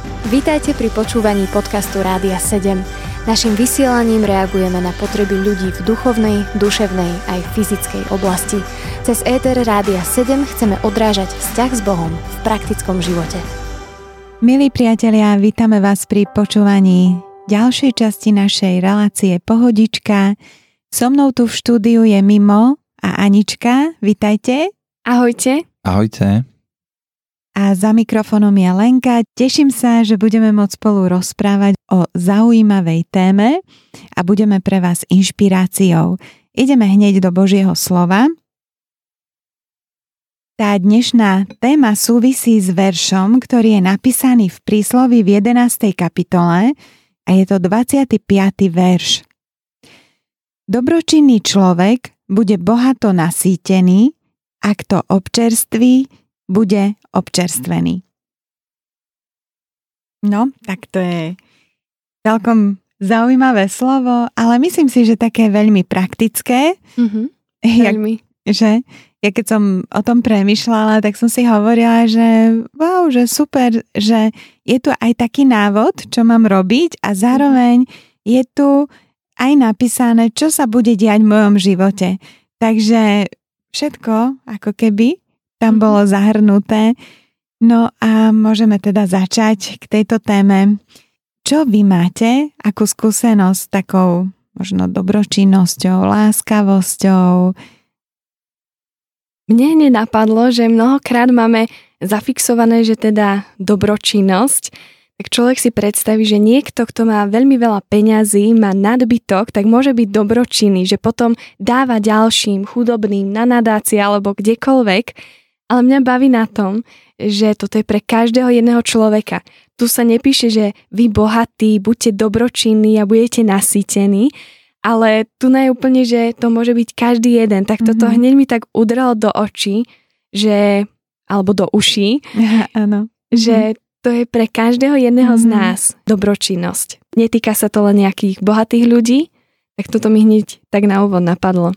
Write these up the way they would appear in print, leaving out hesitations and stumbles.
Vítajte pri počúvaní podcastu Rádia 7. Naším vysielaním reagujeme na potreby ľudí v duchovnej, duševnej aj fyzickej oblasti. Cez éter Rádia 7 chceme odrážať vzťah s Bohom v praktickom živote. Milí priatelia, vítame vás pri počúvaní ďalšej časti našej relácie Pohodička. So mnou tu v štúdiu je Mimo a Anička. Vítajte. Ahojte. Ahojte. A za mikrofónom je Lenka. Teším sa, že budeme môcť spolu rozprávať o zaujímavej téme a budeme pre vás inšpiráciou. Ideme hneď do Božieho slova. Tá dnešná téma súvisí s veršom, ktorý je napísaný v prísloví v 11. kapitole a je to 25. verš. Dobročinný človek bude bohato nasýtený, ak to občerství, bude občerstvený. No, tak to je celkom zaujímavé slovo, ale myslím si, že také veľmi praktické. Veľmi. Ja keď som o tom premýšľala, tak som si hovorila, že wow, že super, že je tu aj taký návod, čo mám robiť a zároveň je tu aj napísané, čo sa bude diať v mojom živote. Takže všetko, ako keby, tam bolo zahrnuté. No a môžeme teda začať k tejto téme. Čo vy máte, akú skúsenosť s takou možno dobročinnosťou, láskavosťou? Mne nenapadlo, že mnohokrát máme zafixované, že teda dobročinnosť, tak človek si predstaví, že niekto, kto má veľmi veľa peňazí, má nadbytok, tak môže byť dobročinný, že potom dáva ďalším chudobným na nadácie alebo kdekoľvek. Ale mňa baví na tom, že toto je pre každého jedného človeka. Tu sa nepíše, že vy bohatí, buďte dobročinní a budete nasýtení, ale tu je úplne, že to môže byť každý jeden. Tak toto hneď mi tak udrelo do očí, že, alebo do uší, Áno. Že to je pre každého jedného z nás dobročinnosť. Netýka sa to len nejakých bohatých ľudí, tak toto mi hneď tak na úvod napadlo.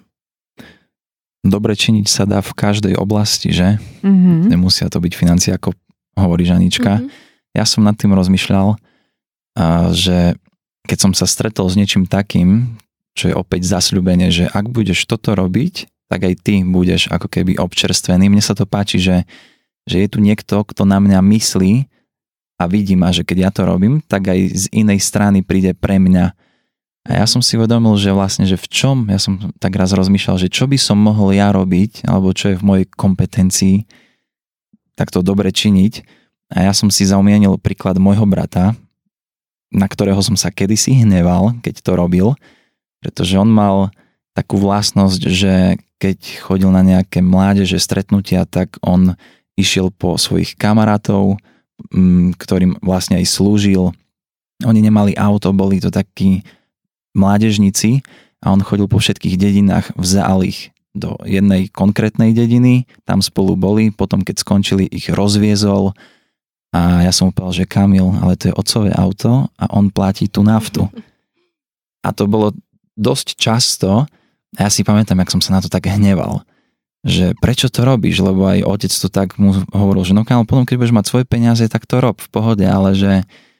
Dobre činiť sa dá v každej oblasti, že? Nemusia to byť financie, ako hovorí Žanička. Ja som nad tým rozmýšľal, že keď som sa stretol s niečím takým, čo je opäť zasľúbenie, že ak budeš toto robiť, tak aj ty budeš ako keby občerstvený. Mne sa to páči, že je tu niekto, kto na mňa myslí a vidí ma, že keď ja to robím, tak aj z inej strany príde pre mňa. A ja som si uvedomil, že vlastne, že v čom, ja som tak raz rozmýšľal, že čo by som mohol ja robiť, alebo čo je v mojej kompetencii, tak to dobre činiť. A ja som si zaumienil príklad môjho brata, na ktorého som sa kedysi hneval, keď to robil, pretože on mal takú vlastnosť, že keď chodil na nejaké mládeže stretnutia, tak on išiel po svojich kamarátov, ktorým vlastne aj slúžil. Oni nemali auto, boli to takí mládežníci a on chodil po všetkých dedinách, vzal ich do jednej konkrétnej dediny, tam spolu boli, potom keď skončili, ich rozviezol a ja som mu povedal, že Kamil, ale to je otcové auto a on platí tú naftu. A to bolo dosť často a ja si pamätám, jak som sa na to tak hneval, že prečo to robíš, lebo aj otec to tak mu hovoril, že no Kamil, potom keď budeš mať svoje peniaze, tak to rob v pohode, ale že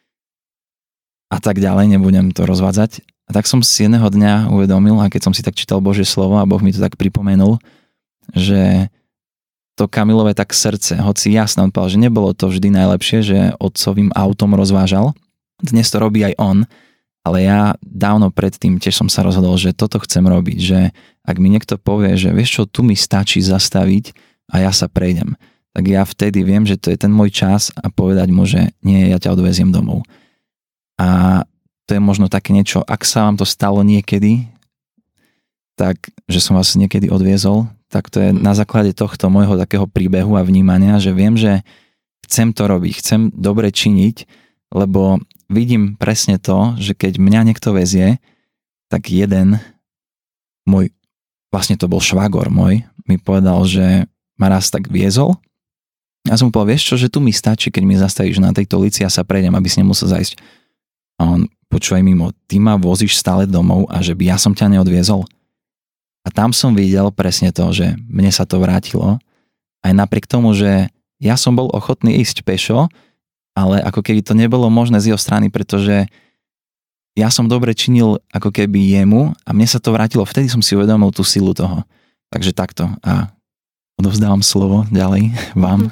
a tak ďalej, nebudem to rozvádzať. A tak som si jedného dňa uvedomil, a keď som si tak čítal Božie slovo a Boh mi to tak pripomenul, že to Kamilové tak srdce, hoci jasne on povedal, že nebolo to vždy najlepšie, že otcovým autom rozvážal. Dnes to robí aj on, ale ja dávno predtým tiež som sa rozhodol, že toto chcem robiť, že ak mi niekto povie, že vieš čo, tu mi stačí zastaviť a ja sa prejdem, tak ja vtedy viem, že to je ten môj čas a povedať mu, že nie, ja ťa odveziem domov. A to je možno také niečo, ak sa vám to stalo niekedy, tak, že som vás niekedy odviezol, tak to je na základe tohto môjho takého príbehu a vnímania, že viem, že chcem to robiť, chcem dobre činiť, lebo vidím presne to, že keď mňa niekto vezie, tak jeden môj, vlastne to bol švagor môj, mi povedal, že ma raz tak viezol. Ja som mu povedal, vieš čo, že tu mi stačí, keď mi zastavíš na tejto ulici a sa prejdem, aby si nemusel zajsť. A on, počúvaj Mimo, ty ma vozíš stále domov a že by ja som ťa neodviezol. A tam som videl presne to, že mne sa to vrátilo. Aj napriek tomu, že ja som bol ochotný ísť pešo, ale ako keby to nebolo možné z jeho strany, pretože ja som dobre činil ako keby jemu a mne sa to vrátilo, vtedy som si uvedomil tú silu toho. Takže takto a odovzdávam slovo ďalej vám.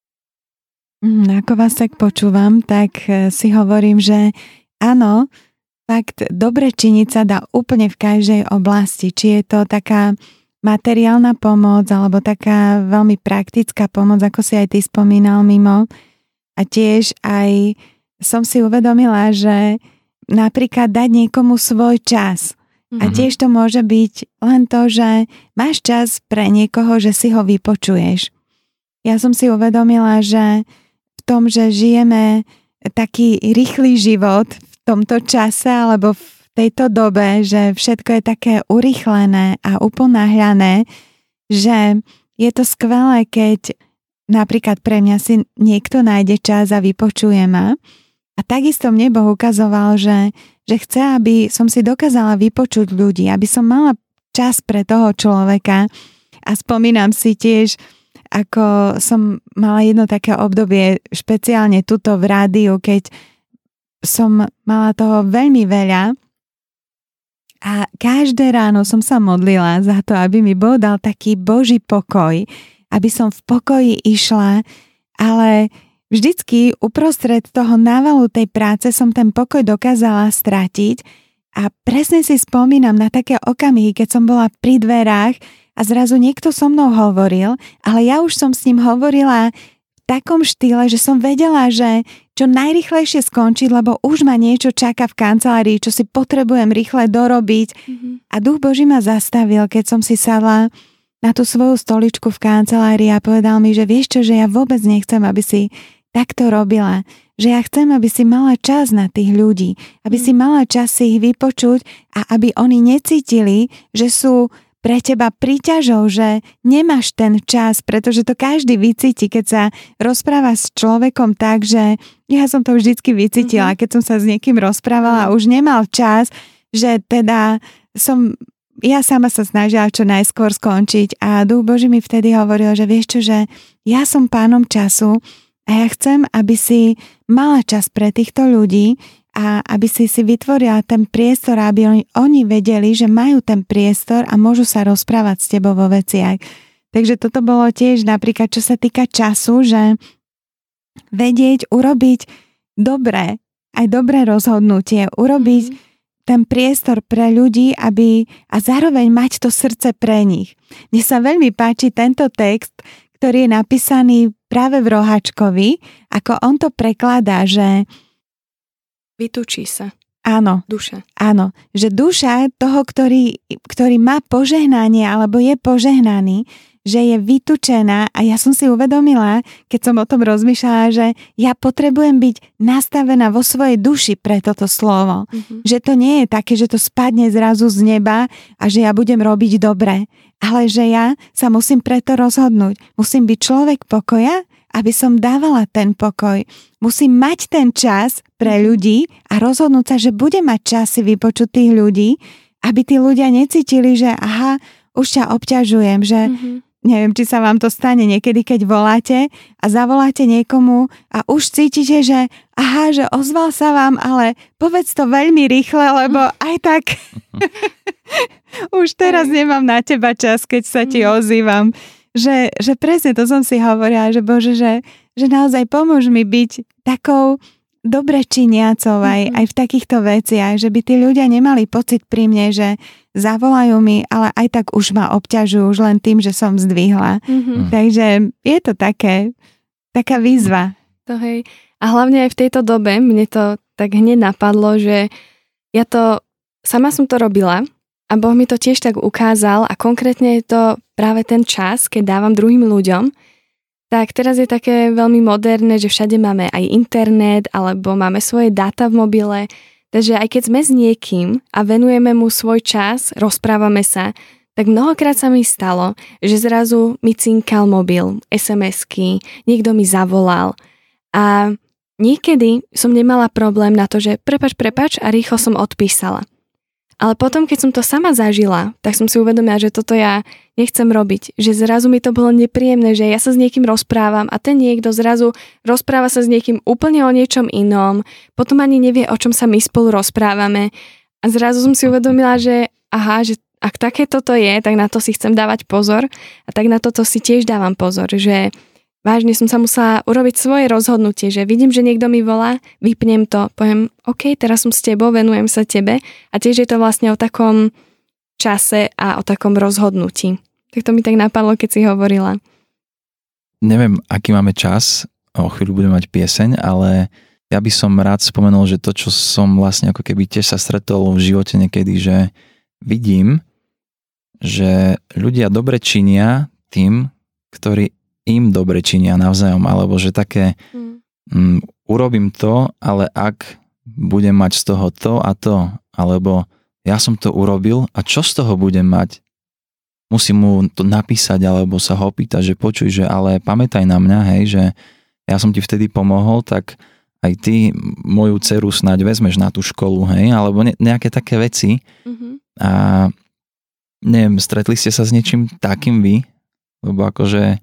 Ako vás tak počúvam, tak si hovorím, že áno, fakt dobre činiť sa dá úplne v každej oblasti. Či je to taká materiálna pomoc alebo taká veľmi praktická pomoc, ako si aj ty spomínal mimo. A tiež aj som si uvedomila, že napríklad dať niekomu svoj čas. A tiež to môže byť len to, že máš čas pre niekoho, že si ho vypočuješ. Ja som si uvedomila, že v tom, že žijeme taký rýchly život v tomto čase alebo v tejto dobe, že všetko je také urýchlené a uponáhľané, že je to skvelé, keď napríklad pre mňa si niekto nájde čas a vypočuje ma. A takisto mne Boh ukazoval, že chce, aby som si dokázala vypočuť ľudí, aby som mala čas pre toho človeka. A spomínam si tiež, ako som mala jedno také obdobie, špeciálne tuto v rádiu, keď som mala toho veľmi veľa a každé ráno som sa modlila za to, aby mi Boh dal taký Boží pokoj, aby som v pokoji išla, ale vždycky uprostred toho návalu tej práce som ten pokoj dokázala stratiť a presne si spomínam na také okamihy, keď som bola pri dverách a zrazu niekto so mnou hovoril, ale ja už som s ním hovorila v takom štýle, že som vedela, že čo najrýchlejšie skončiť, lebo už ma niečo čaká v kancelárii, čo si potrebujem rýchle dorobiť. A Duch Boží ma zastavil, keď som si sadla na tú svoju stoličku v kancelárii a povedal mi, že vieš čo, že ja vôbec nechcem, aby si takto robila. Že ja chcem, aby si mala čas na tých ľudí, aby si mala čas si ich vypočuť a aby oni necítili, že sú pre teba príťažou, že nemáš ten čas, pretože to každý vycíti, keď sa rozpráva s človekom tak, že ja som to vždycky vycítila, keď som sa s niekým rozprávala a už nemal čas, že teda ja sama sa snažila čo najskôr skončiť a Duch Boží mi vtedy hovoril, že vieš čo, že ja som pánom času a ja chcem, aby si mala čas pre týchto ľudí a aby si vytvorila ten priestor, aby oni vedeli, že majú ten priestor a môžu sa rozprávať s tebou vo veciach. Takže toto bolo tiež napríklad, čo sa týka času, že vedieť, urobiť aj dobré rozhodnutie, urobiť ten priestor pre ľudí, a zároveň mať to srdce pre nich. Mne sa veľmi páči tento text, ktorý je napísaný práve v Roháčkovi, ako on to prekladá, že vytučí sa. Áno. Duša. Áno. Že duša toho, ktorý má požehnanie alebo je požehnaný, že je vytučená a ja som si uvedomila, keď som o tom rozmýšľala, že ja potrebujem byť nastavená vo svojej duši pre toto slovo. Že to nie je také, že to spadne zrazu z neba a že ja budem robiť dobre, ale že ja sa musím preto rozhodnúť. Musím byť človek pokoja, aby som dávala ten pokoj. Musím mať ten čas pre ľudí a rozhodnúť sa, že budem mať čas si vypočuť tých ľudí, aby tí ľudia necítili, že aha, už ťa obťažujem, že neviem, či sa vám to stane niekedy, keď voláte a zavoláte niekomu a už cítite, že aha, že ozval sa vám, ale povedz to veľmi rýchle, lebo aj tak už teraz nemám na teba čas, keď sa ti ozývam. Že presne to som si hovorila, že Bože, že naozaj pomôž mi byť takou dobre činiacou aj v takýchto veciach, že by tí ľudia nemali pocit pri mne, že zavolajú mi, ale aj tak už ma obťažujú už len tým, že som zdvihla. Takže je to taká výzva. To hej. A hlavne aj v tejto dobe mne to tak hneď napadlo, že sama som to robila a Boh mi to tiež tak ukázal a konkrétne je to práve ten čas, keď dávam druhým ľuďom. Tak teraz je také veľmi moderné, že všade máme aj internet alebo máme svoje dáta v mobile, takže aj keď sme s niekým a venujeme mu svoj čas, rozprávame sa, tak mnohokrát sa mi stalo, že zrazu mi cinkal mobil, SMS-ky, niekto mi zavolal a niekedy som nemala problém na to, že prepáč a rýchlo som odpísala. Ale potom, keď som to sama zažila, tak som si uvedomila, že toto ja nechcem robiť. Že zrazu mi to bolo nepríjemné, že ja sa s niekým rozprávam a ten niekto zrazu rozpráva sa s niekým úplne o niečom inom. Potom ani nevie, o čom sa my spolu rozprávame. A zrazu som si uvedomila, že aha, že ak takéto to je, tak na to si chcem dávať pozor. A tak na toto si tiež dávam pozor, že vážne som sa musela urobiť svoje rozhodnutie, že vidím, že niekto mi volá, vypnem to, poviem, OK, teraz som s tebou, venujem sa tebe a tiež je to vlastne o takom čase a o takom rozhodnutí. Tak to mi tak napadlo, keď si hovorila. Neviem, aký máme čas, o chvíľu budeme mať pieseň, ale ja by som rád spomenul, že to, čo som vlastne ako keby tiež sa stretol v živote niekedy, že vidím, že ľudia dobre činia tým, ktorí im dobre činia navzájom, alebo že také urobím to, ale ak budem mať z toho to a to, alebo ja som to urobil a čo z toho budem mať? Musím mu to napísať, alebo sa ho opýtať, že počuj, že ale pamätaj na mňa, hej, že ja som ti vtedy pomohol, tak aj ty moju dceru snáď vezmeš na tú školu, hej, alebo nejaké také veci. A neviem, stretli ste sa s niečím takým vy? Lebo akože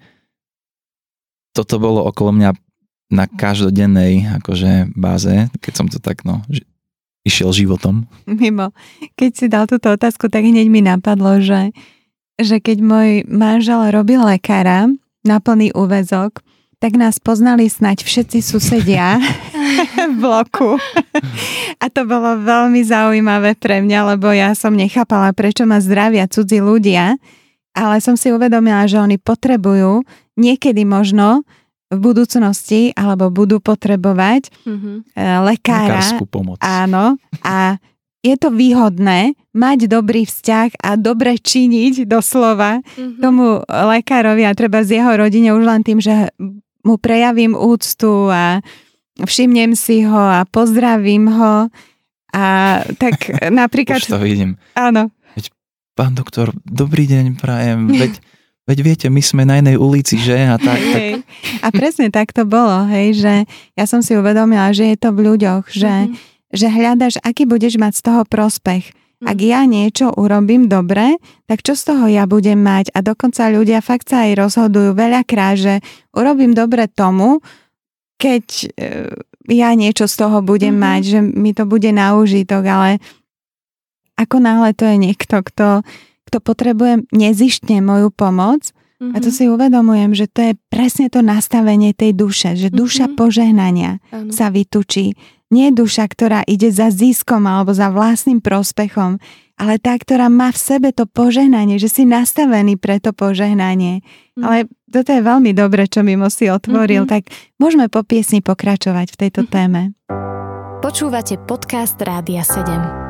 toto bolo okolo mňa na každodennej akože báze, keď som to tak išiel životom. Mimo, keď si dal túto otázku, tak hneď mi napadlo, že keď môj manžel robil lekára na plný úväzok, tak nás poznali snáď všetci susedia v bloku. A to bolo veľmi zaujímavé pre mňa, lebo ja som nechápala, prečo ma zdravia cudzí ľudia, ale som si uvedomila, že oni potrebujú niekedy možno v budúcnosti alebo budú potrebovať lekára. Lekárskú pomoc. Áno. A je to výhodné mať dobrý vzťah a dobre činiť doslova tomu lekárovi a treba z jeho rodine už len tým, že mu prejavím úctu a všimnem si ho a pozdravím ho. A tak napríklad... Už to vidím. Áno. Pán doktor, dobrý deň prajem, veď viete, my sme na jednej ulici, že? A tak. A presne tak to bolo, hej, že ja som si uvedomila, že je to v ľuďoch, že hľadaš, aký budeš mať z toho prospech. Ak ja niečo urobím dobre, tak čo z toho ja budem mať? A dokonca ľudia fakt sa aj rozhodujú veľakrát, že urobím dobre tomu, keď ja niečo z toho budem mať, že mi to bude na úžitok, ale ako náhle to je niekto, kto potrebuje nezištne moju pomoc, a to si uvedomujem, že to je presne to nastavenie tej duše, že duša požehnania sa vytučí. Nie duša, ktorá ide za ziskom alebo za vlastným prospechom, ale tá, ktorá má v sebe to požehnanie, že si nastavený pre to požehnanie. Ale toto je veľmi dobre, čo Mimo si otvoril, tak môžeme po piesni pokračovať v tejto téme. Počúvate podcast Rádia 7.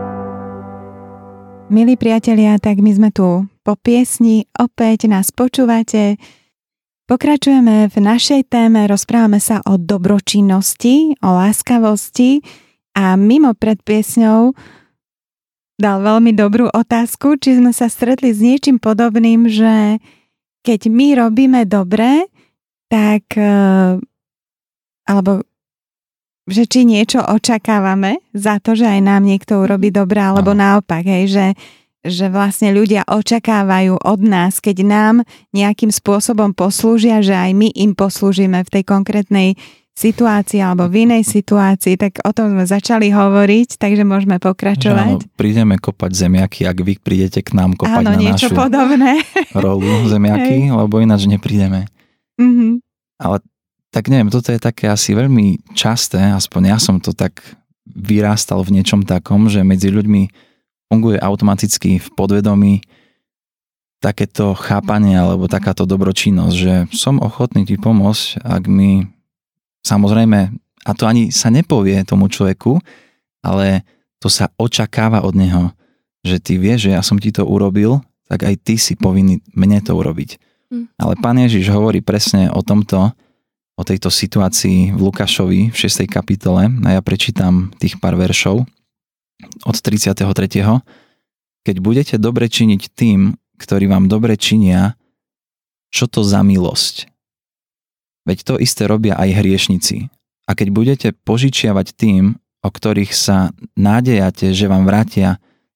Milí priatelia, tak my sme tu po piesni, opäť nás počúvate. Pokračujeme v našej téme, rozprávame sa o dobročinnosti, o láskavosti a Mimo pred piesňou dal veľmi dobrú otázku, či sme sa stretli s niečím podobným, že keď my robíme dobre, tak alebo že či niečo očakávame za to, že aj nám niekto urobí dobre, alebo naopak, hej, že vlastne ľudia očakávajú od nás, keď nám nejakým spôsobom poslúžia, že aj my im poslúžime v tej konkrétnej situácii alebo v inej situácii, tak o tom sme začali hovoriť, takže môžeme pokračovať. Áno, prídeme kopať zemiaky, ak vy prídete k nám kopať na našu podobné rolu zemiaky, lebo ináč neprídeme. Ale tak neviem, toto je také asi veľmi časté, aspoň ja som to tak vyrástal v niečom takom, že medzi ľuďmi funguje automaticky v podvedomí takéto chápanie alebo takáto dobročinnosť, že som ochotný ti pomôcť, ak mi samozrejme, a to ani sa nepovie tomu človeku, ale to sa očakáva od neho, že ty vieš, že ja som ti to urobil, tak aj ty si povinný mne to urobiť. Ale Pán Ježiš hovorí presne o tomto, o tejto situácii v Lukášovi v 6. kapitole a ja prečítam tých pár veršov od 33. Keď budete dobre činiť tým, ktorí vám dobre činia, čo to za milosť? Veď to isté robia aj hriešnici. A keď budete požičiavať tým, o ktorých sa nádejate, že vám vrátia,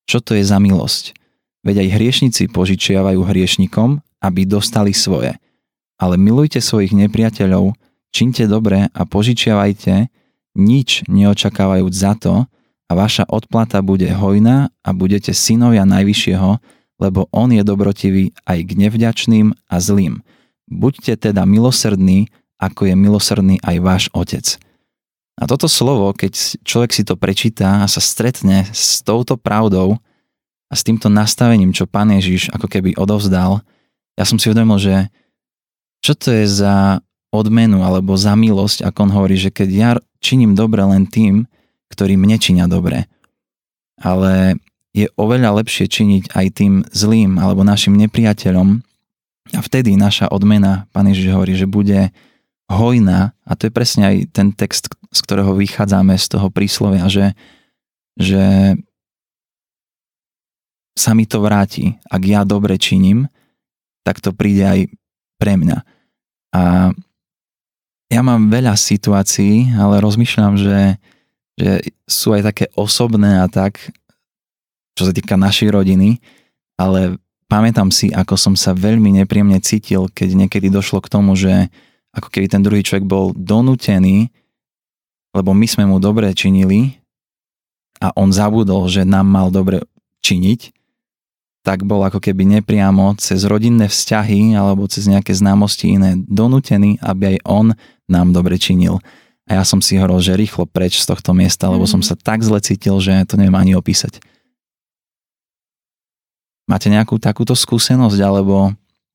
Čo to je za milosť? Veď aj hriešnici požičiavajú hriešnikom, aby dostali svoje. Ale milujte svojich nepriateľov, čiňte dobre a požičiavajte, nič neočakávajúc za to, a vaša odplata bude hojná a budete synovia Najvyššieho, lebo on je dobrotivý aj k nevďačným a zlým. Buďte teda milosrdní, ako je milosrdný aj váš Otec. A toto slovo, keď človek si to prečíta a sa stretne s touto pravdou a s týmto nastavením, čo Pán Ježiš ako keby odovzdal, ja som si uvedomil, že čo to je za odmenu alebo za milosť, ako on hovorí, že keď ja činím dobre len tým, ktorí mne činia dobre. Ale je oveľa lepšie činiť aj tým zlým alebo našim nepriateľom a vtedy naša odmena, Pán Ježiš hovorí, že bude hojná, a to je presne aj ten text, z ktorého vychádzame z toho príslovia, že sa mi to vráti. Ak ja dobre činím, tak to príde aj pre mňa. A ja mám veľa situácií, ale rozmýšľam, že sú aj také osobné a tak, čo sa týka našej rodiny, ale pamätám si, ako som sa veľmi nepríjemne cítil, keď niekedy došlo k tomu, že ako keby ten druhý človek bol donútený, lebo my sme mu dobre činili a on zabudol, že nám mal dobre činiť, tak bol ako keby nepriamo cez rodinné vzťahy alebo cez nejaké známosti iné donútený, aby aj on nám dobre činil. A ja som si hovoril, že rýchlo preč z tohto miesta, lebo som sa tak zle cítil, že to neviem ani opísať. Máte nejakú takúto skúsenosť, alebo...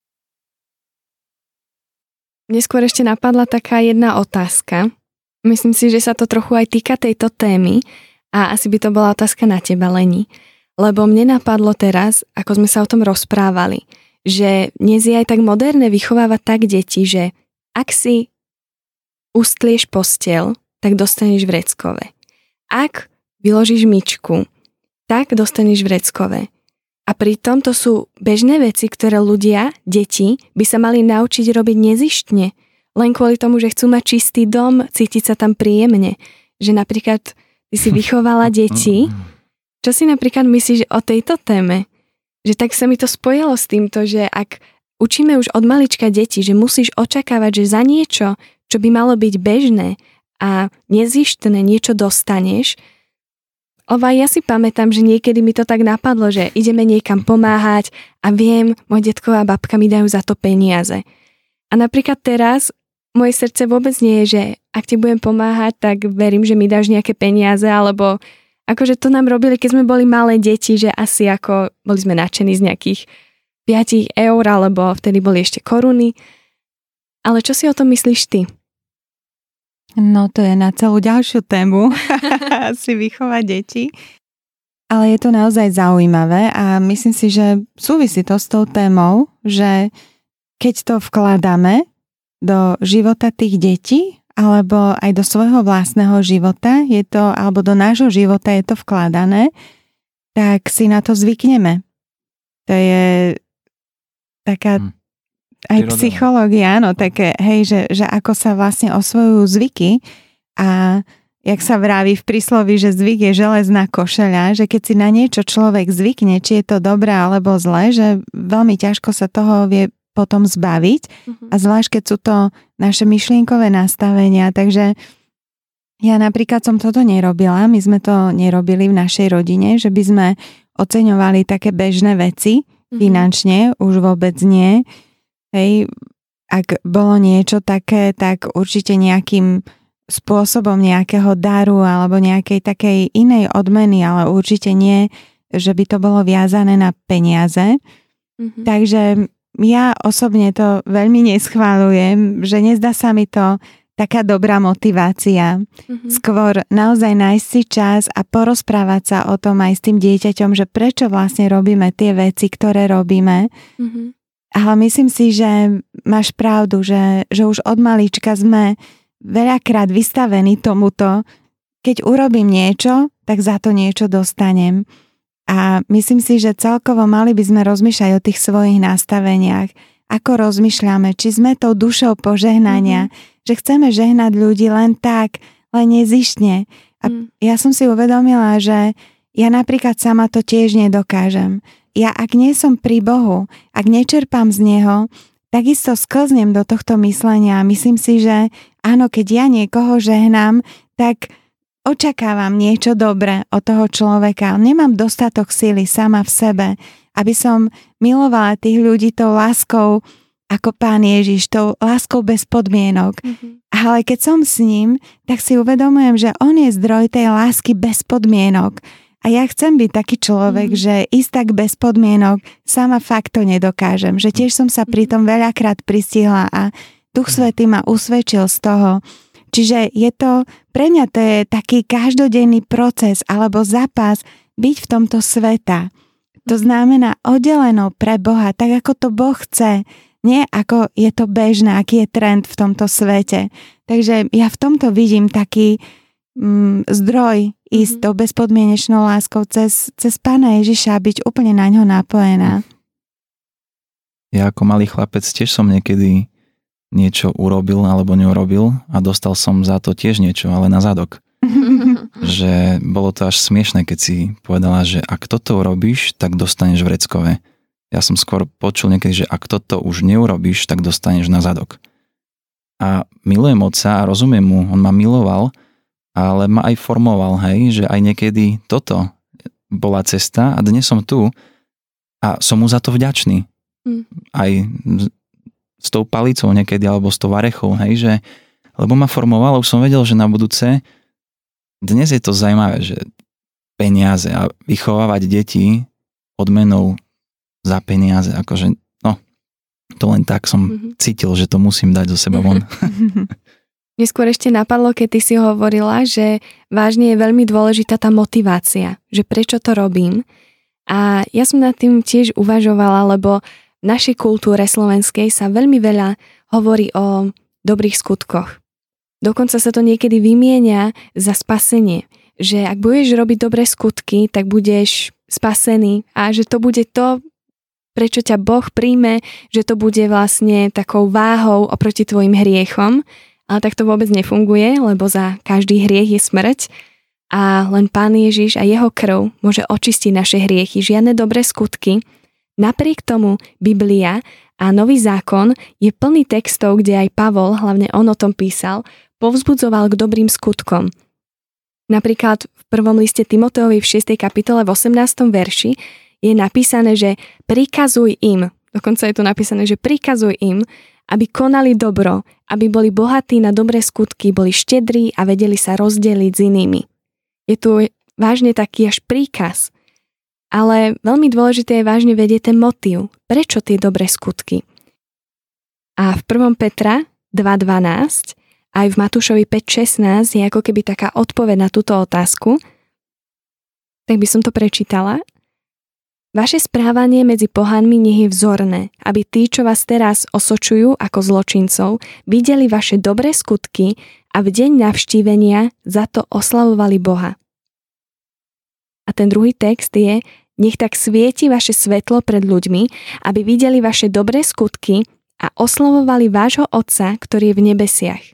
Neskôr ešte napadla taká jedna otázka. Myslím si, že sa to trochu aj týka tejto témy a asi by to bola otázka na teba, Leni. Lebo mne napadlo teraz, ako sme sa o tom rozprávali, že dnes je aj tak moderné vychovávať tak deti, že ak si ustlieš posteľ, tak dostaneš vreckové. Ak vyložíš myčku, tak dostaneš vreckové. A pritom to sú bežné veci, ktoré ľudia, deti, by sa mali naučiť robiť nezištne. Len kvôli tomu, že chcú mať čistý dom, cítiť sa tam príjemne. Že napríklad ty si vychovala deti. Čo si napríklad myslíš o tejto téme? Že tak sa mi to spojilo s týmto, že ak učíme už od malička deti, že musíš očakávať, že za niečo, čo by malo byť bežné a nezištné, niečo dostaneš. Lebo aj ja si pamätám, že niekedy mi to tak napadlo, že ideme niekam pomáhať a viem, môj detko a babka mi dajú za to peniaze. A napríklad teraz moje srdce vôbec nie je, že ak ti budem pomáhať, tak verím, že mi dáš nejaké peniaze, alebo akože to nám robili, keď sme boli malé deti, že asi ako boli sme nadšení z nejakých 5 eur, alebo vtedy boli ešte koruny. Ale čo si o tom myslíš ty? No to je na celú ďalšiu tému, asi vychovať deti. Ale je to naozaj zaujímavé a myslím si, že súvisí to s tou témou, že keď to vkladáme do života tých detí, alebo aj do svojho vlastného života, je to, alebo do nášho života je to vkladané, tak si na to zvykneme. To je taká... Aj psychológia, áno, také, hej, že ako sa vlastne osvojujú zvyky a jak sa vraví v prísloví, že zvyk je železná košeľa, že keď si na niečo človek zvykne, či je to dobré alebo zlé, že veľmi ťažko sa toho vie potom zbaviť a zvlášť keď sú to naše myšlienkové nastavenia, takže ja napríklad som toto nerobila, my sme to nerobili v našej rodine, že by sme oceňovali také bežné veci finančne, už vôbec nie. Hej, ak bolo niečo také, tak určite nejakým spôsobom nejakého daru alebo nejakej takej inej odmeny, ale určite nie, že by to bolo viazané na peniaze. Takže ja osobne to veľmi neschváľujem, že nezdá sa mi to taká dobrá motivácia. Skôr naozaj nájsť si čas a porozprávať sa o tom aj s tým dieťaťom, že prečo vlastne robíme tie veci, ktoré robíme. Ale myslím si, že máš pravdu, že už od malička sme veľakrát vystavení tomuto, keď urobím niečo, tak za to niečo dostanem. A myslím si, že celkovo mali by sme rozmýšľať o tých svojich nastaveniach, ako rozmýšľame, či sme tou dušou požehnania, že chceme žehnať ľudí len tak, len nezištne. A ja som si uvedomila, že ja napríklad sama to tiež nedokážem. Ja ak nie som pri Bohu, ak nečerpám z Neho, takisto sklznem do tohto myslenia. Myslím si, že áno, keď ja niekoho žehnám, tak očakávam niečo dobré od toho človeka. Nemám dostatok sily sama v sebe, aby som milovala tých ľudí tou láskou, ako Pán Ježiš, tou láskou bez podmienok. Ale keď som s ním, tak si uvedomujem, že on je zdroj tej lásky bez podmienok. A ja chcem byť taký človek, že ísť tak bez podmienok, sama fakt to nedokážem. Že tiež som sa pri tom veľakrát pristihla a Duch Svätý ma usvedčil z toho. Čiže je to, pre mňa to je taký každodenný proces alebo zápas byť v tomto sveta. To znamená oddelenou pre Boha, tak ako to Boh chce, nie ako je to bežné, aký je trend v tomto svete. Takže ja v tomto vidím taký zdroj ísť tou bezpodmienečnou láskou cez Pána Ježiša, byť úplne na ňo napojená. Ja ako malý chlapec tiež som niekedy niečo urobil alebo neurobil a dostal som za to tiež niečo, ale na zadok. Že bolo to až smiešné, keď si povedala, že ak toto urobíš, tak dostaneš vreckové. Ja som skôr počul niekedy, že ak toto už neurobíš, tak dostaneš na zadok. A milujem otca a rozumiem mu, on ma miloval, ale ma aj formoval, hej, že aj niekedy toto bola cesta a dnes som tu a som mu za to vďačný. Aj s tou palicou niekedy, alebo s tou varechou, hej, že, lebo ma formoval, už som vedel, že na budúce, dnes je to zaujímavé, že peniaze a vychovávať deti odmenou za peniaze, akože, no, to len tak som cítil, že to musím dať zo seba von. Neskôr ešte napadlo, keď ty si hovorila, že vážne je veľmi dôležitá tá motivácia, že prečo to robím. A ja som nad tým tiež uvažovala, lebo v našej kultúre slovenskej sa veľmi veľa hovorí o dobrých skutkoch. Dokonca sa to niekedy vymieňa za spasenie, že ak budeš robiť dobré skutky, tak budeš spasený a že to bude to, prečo ťa Boh príjme, že to bude vlastne takou váhou oproti tvojim hriechom, ale tak to vôbec nefunguje, lebo za každý hriech je smrť a len Pán Ježiš a jeho krv môže očistiť naše hriechy, žiadne dobré skutky. Napriek tomu Biblia a Nový zákon je plný textov, kde aj Pavol, hlavne on o tom písal, povzbudzoval k dobrým skutkom. Napríklad v 1. liste Timoteovi v 6. kapitole v 18. verši je napísané, že prikazuj im, dokonca je to napísané, že prikazuj im, aby konali dobro, aby boli bohatí na dobré skutky, boli štedrí a vedeli sa rozdeliť s inými. Je tu vážne taký až príkaz. Ale veľmi dôležité je vážne vedieť ten motív. Prečo tie dobré skutky? A v 1. Petra 2.12 aj v Matúšovi 5.16 je ako keby taká odpoveď na túto otázku. Tak by som to prečítala. Vaše správanie medzi pohanmi nech je vzorné, aby tí, čo vás teraz osočujú ako zločincov, videli vaše dobré skutky a v deň navštívenia za to oslavovali Boha. A ten druhý text je: nech tak svieti vaše svetlo pred ľuďmi, aby videli vaše dobré skutky a oslavovali vášho Otca, ktorý je v nebesiach.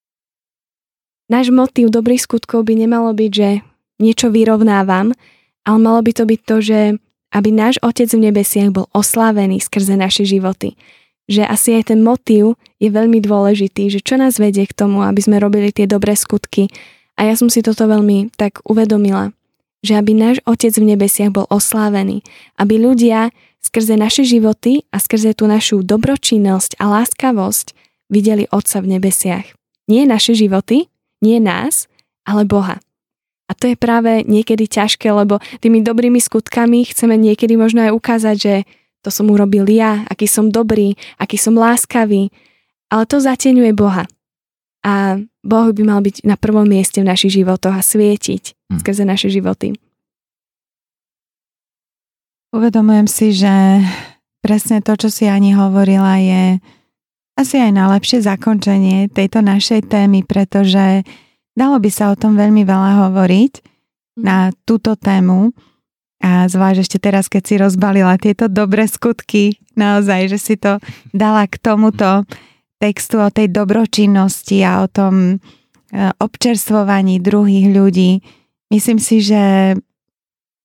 Náš motív dobrých skutkov by nemalo byť, že niečo vyrovnávam, ale malo by to byť to, že aby náš Otec v nebesiach bol oslávený skrze naše životy. Že asi aj ten motív je veľmi dôležitý, že čo nás vedie k tomu, aby sme robili tie dobré skutky. A ja som si toto veľmi tak uvedomila, že aby náš Otec v nebesiach bol oslávený, aby ľudia skrze naše životy a skrze tú našu dobročinnosť a láskavosť videli Otca v nebesiach. Nie naše životy, nie nás, ale Boha. A to je práve niekedy ťažké, lebo tými dobrými skutkami chceme niekedy možno aj ukázať, že to som urobil ja, aký som dobrý, aký som láskavý, ale to zateňuje Boha. A Boh by mal byť na prvom mieste v našich životoch a svietiť skrze naše životy. Uvedomujem si, že presne to, čo si Ani hovorila, je asi aj najlepšie zakončenie tejto našej témy, pretože dalo by sa o tom veľmi veľa hovoriť na túto tému a zvlášť ešte teraz, keď si rozbalila tieto dobré skutky, naozaj, že si to dala k tomuto textu o tej dobročinnosti a o tom občerstvovaní druhých ľudí. Myslím si, že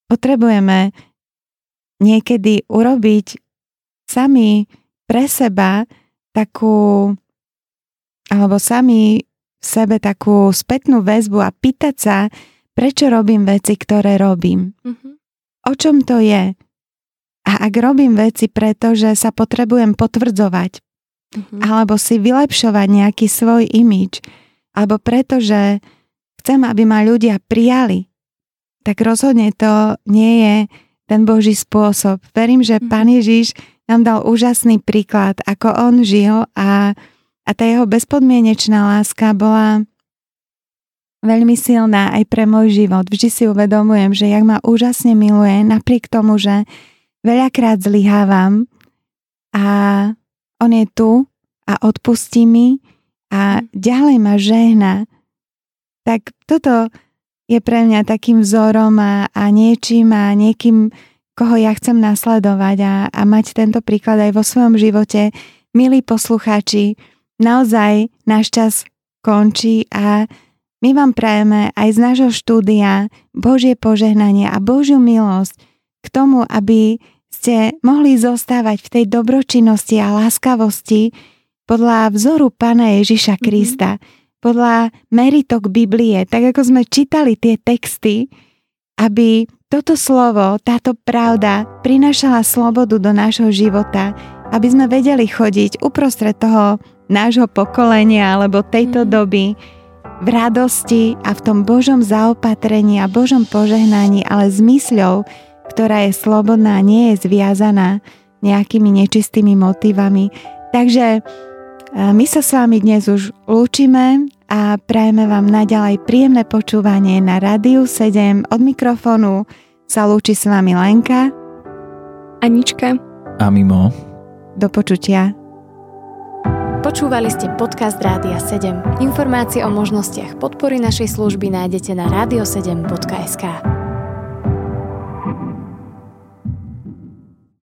potrebujeme niekedy urobiť sami pre seba takú, alebo sami v sebe takú spätnú väzbu a pýtať sa, prečo robím veci, ktoré robím. O čom to je? A ak robím veci preto, že sa potrebujem potvrdzovať, alebo si vylepšovať nejaký svoj imidž, alebo preto, že chcem, aby ma ľudia prijali, tak rozhodne to nie je ten Boží spôsob. Verím, že Pán Ježiš nám dal úžasný príklad, ako on žil a tá jeho bezpodmienečná láska bola veľmi silná aj pre môj život. Vždy si uvedomujem, že jak ma úžasne miluje, napriek tomu, že veľakrát zlyhávam a on je tu a odpustí mi a ďalej ma žehná. Tak toto je pre mňa takým vzorom a niečím a niekým, koho ja chcem nasledovať a mať tento príklad aj vo svojom živote. Milí poslucháči, naozaj náš čas končí a my vám prajeme aj z nášho štúdia Božie požehnanie a Božiu milosť k tomu, aby ste mohli zostávať v tej dobročinnosti a láskavosti podľa vzoru Pána Ježiša Krista, podľa meritok Biblie, tak ako sme čítali tie texty, aby toto slovo, táto pravda prinášala slobodu do nášho života, aby sme vedeli chodiť uprostred toho nášho pokolenia alebo tejto doby v radosti a v tom Božom zaopatrení a Božom požehnaní, ale s mysľou, ktorá je slobodná, nie je zviazaná nejakými nečistými motivami. Takže my sa s vami dnes už lúčime a prajeme vám naďalej príjemné počúvanie na Rádiu 7. Od mikrofónu sa lúči s vami Lenka, Anička a Mimo. Do počutia. Počúvali ste podcast Rádia 7. Informácie o možnostiach podpory našej služby nájdete na radio7.sk.